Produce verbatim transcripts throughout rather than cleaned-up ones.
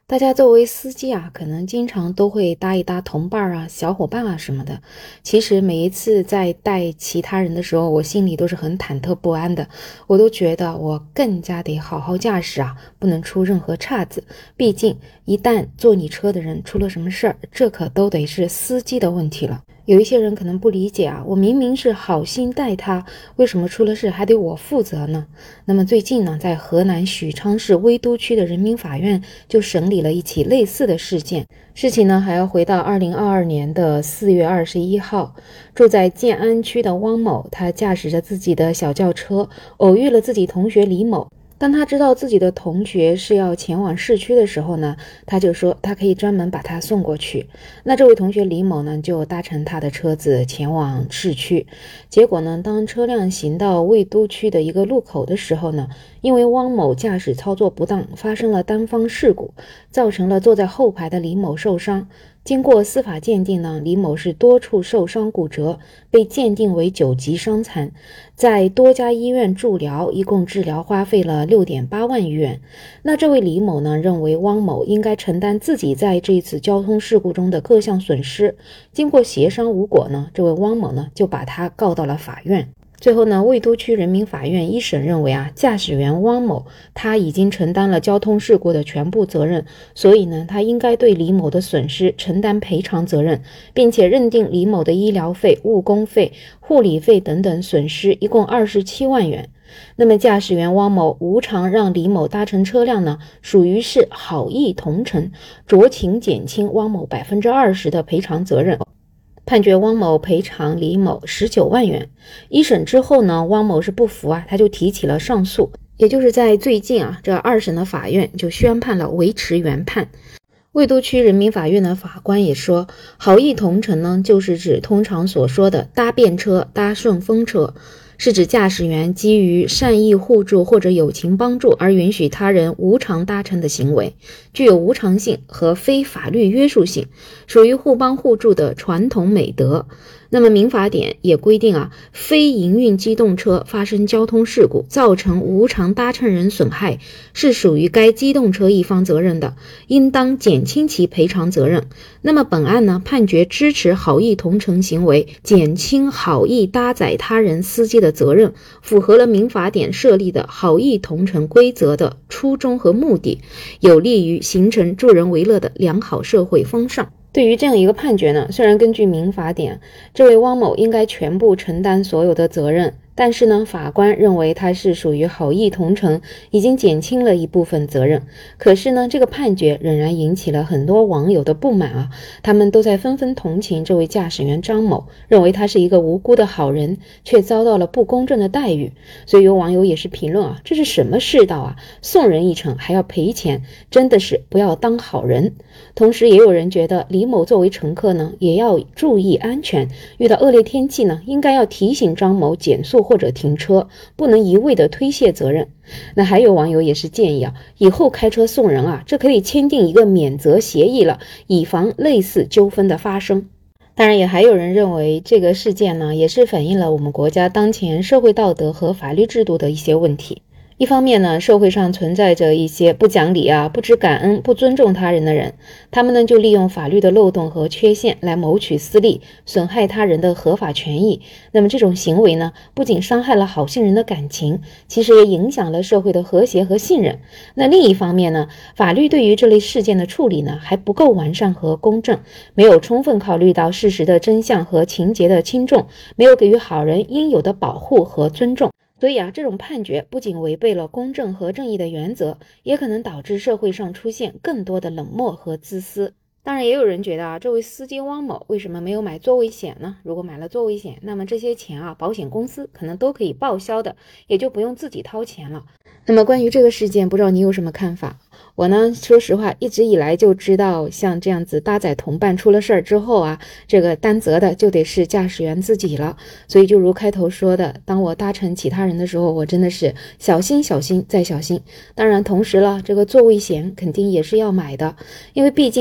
大家作为司机啊，可能经常都会搭一搭同伴啊、小伙伴啊什么的。其实每一次在带其他人的时候，我心里都是很忐忑不安的。我都觉得我更加得好好驾驶啊，不能出任何岔子。毕竟一旦坐你车的人出了什么事儿，这可都得是司机的问题了。有一些人可能不理解啊，我明明是好心带他，为什么出了事还得我负责呢？那么最近呢，在河南许昌市威都区的人民法院就审理了一起类似的事件。事情呢还要回到二零二二年的四月二十一号，住在建安区的汪某，他驾驶着自己的小轿车，偶遇了自己同学李某。当他知道自己的同学是要前往市区的时候呢，他就说他可以专门把他送过去。那这位同学李某呢，就搭乘他的车子前往市区。结果呢，当车辆行到魏都区的一个路口的时候呢，因为汪某驾驶操作不当，发生了单方事故，造成了坐在后排的李某受伤。经过司法鉴定呢，李某是多处受伤骨折，被鉴定为九级伤残，在多家医院驻疗，一共治疗花费了 六点八万余元。那这位李某呢，认为汪某应该承担自己在这次交通事故中的各项损失。经过协商无果呢，这位汪某呢就把他告到了法院。最后呢，魏都区人民法院一审认为啊，驾驶员汪某他已经承担了交通事故的全部责任，所以呢，他应该对李某的损失承担赔偿责任，并且认定李某的医疗费、误工费、护理费等等损失一共二十七万元。那么驾驶员汪某无偿让李某搭乘车辆呢，属于是好意同乘，酌情减轻汪某 百分之二十 的赔偿责任。判决汪某赔偿李某十九万元。一审之后呢，汪某是不服啊，他就提起了上诉。也就是在最近啊，这二审的法院就宣判了维持原判。魏都区人民法院的法官也说，好意同乘呢，就是指通常所说的搭便车、搭顺风车，是指驾驶员基于善意互助或者友情帮助而允许他人无偿搭乘的行为，具有无偿性和非法律约束性，属于互帮互助的传统美德。那么民法典也规定啊，非营运机动车发生交通事故，造成无偿搭乘人损害，是属于该机动车一方责任的，应当减轻其赔偿责任。那么本案呢，判决支持好意同乘行为，减轻好意搭载他人司机的责任，符合了民法典设立的好意同乘规则的初衷和目的，有利于形成助人为乐的良好社会风尚。对于这样一个判决呢，虽然根据民法典，这位汪某应该全部承担所有的责任，但是呢，法官认为他是属于好意同乘，已经减轻了一部分责任。可是呢，这个判决仍然引起了很多网友的不满啊，他们都在纷纷同情这位驾驶员张某，认为他是一个无辜的好人，却遭到了不公正的待遇。所以有网友也是评论啊，这是什么世道啊？送人一程还要赔钱，真的是不要当好人。同时也有人觉得李某作为乘客呢，也要注意安全，遇到恶劣天气呢，应该要提醒张某减速或者停车，不能一味的推卸责任。那还有网友也是建议啊，以后开车送人啊，这可以签订一个免责协议了，以防类似纠纷的发生。当然也还有人认为这个事件呢，也是反映了我们国家当前社会道德和法律制度的一些问题。一方面呢，社会上存在着一些不讲理啊、不知感恩、不尊重他人的人，他们呢就利用法律的漏洞和缺陷来谋取私利，损害他人的合法权益。那么这种行为呢，不仅伤害了好心人的感情，其实也影响了社会的和谐和信任。那另一方面呢，法律对于这类事件的处理呢，还不够完善和公正，没有充分考虑到事实的真相和情节的轻重，没有给予好人应有的保护和尊重。所以啊，这种判决不仅违背了公正和正义的原则，也可能导致社会上出现更多的冷漠和自私。当然也有人觉得啊，这位司机汪某为什么没有买座位险呢？如果买了座位险，那么这些钱啊，保险公司可能都可以报销的，也就不用自己掏钱了。那么关于这个事件，不知道你有什么看法？我呢，说实话，一直以来就知道，像这样子搭载同伴出了事儿之后啊，这个担责的就得是驾驶员自己了。所以就如开头说的，当我搭乘其他人的时候，我真的是小心小心再小心。当然同时了，这个座位险肯定也是要买的，因为毕竟啊，你也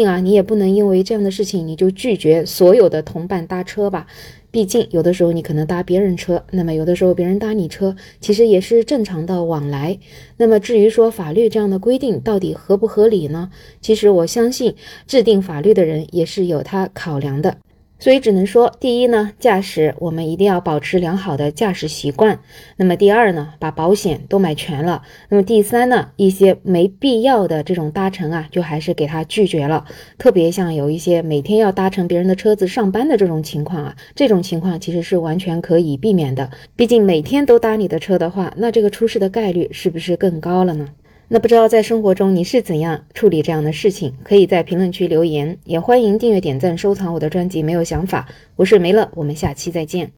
不能因为这样的事情你就拒绝所有的同伴搭车吧。毕竟有的时候你可能搭别人车，那么有的时候别人搭你车，其实也是正常的往来。那么至于说法律这样的规定到底合不合理呢？其实我相信制定法律的人也是有他考量的。所以只能说，第一呢，驾驶我们一定要保持良好的驾驶习惯。那么第二呢，把保险都买全了。那么第三呢，一些没必要的这种搭乘啊，就还是给他拒绝了。特别像有一些每天要搭乘别人的车子上班的这种情况啊，这种情况其实是完全可以避免的。毕竟每天都搭你的车的话，那这个出事的概率是不是更高了呢？那不知道在生活中你是怎样处理这样的事情，可以在评论区留言，也欢迎订阅点赞收藏我的专辑没有想法。我是梅乐，我们下期再见。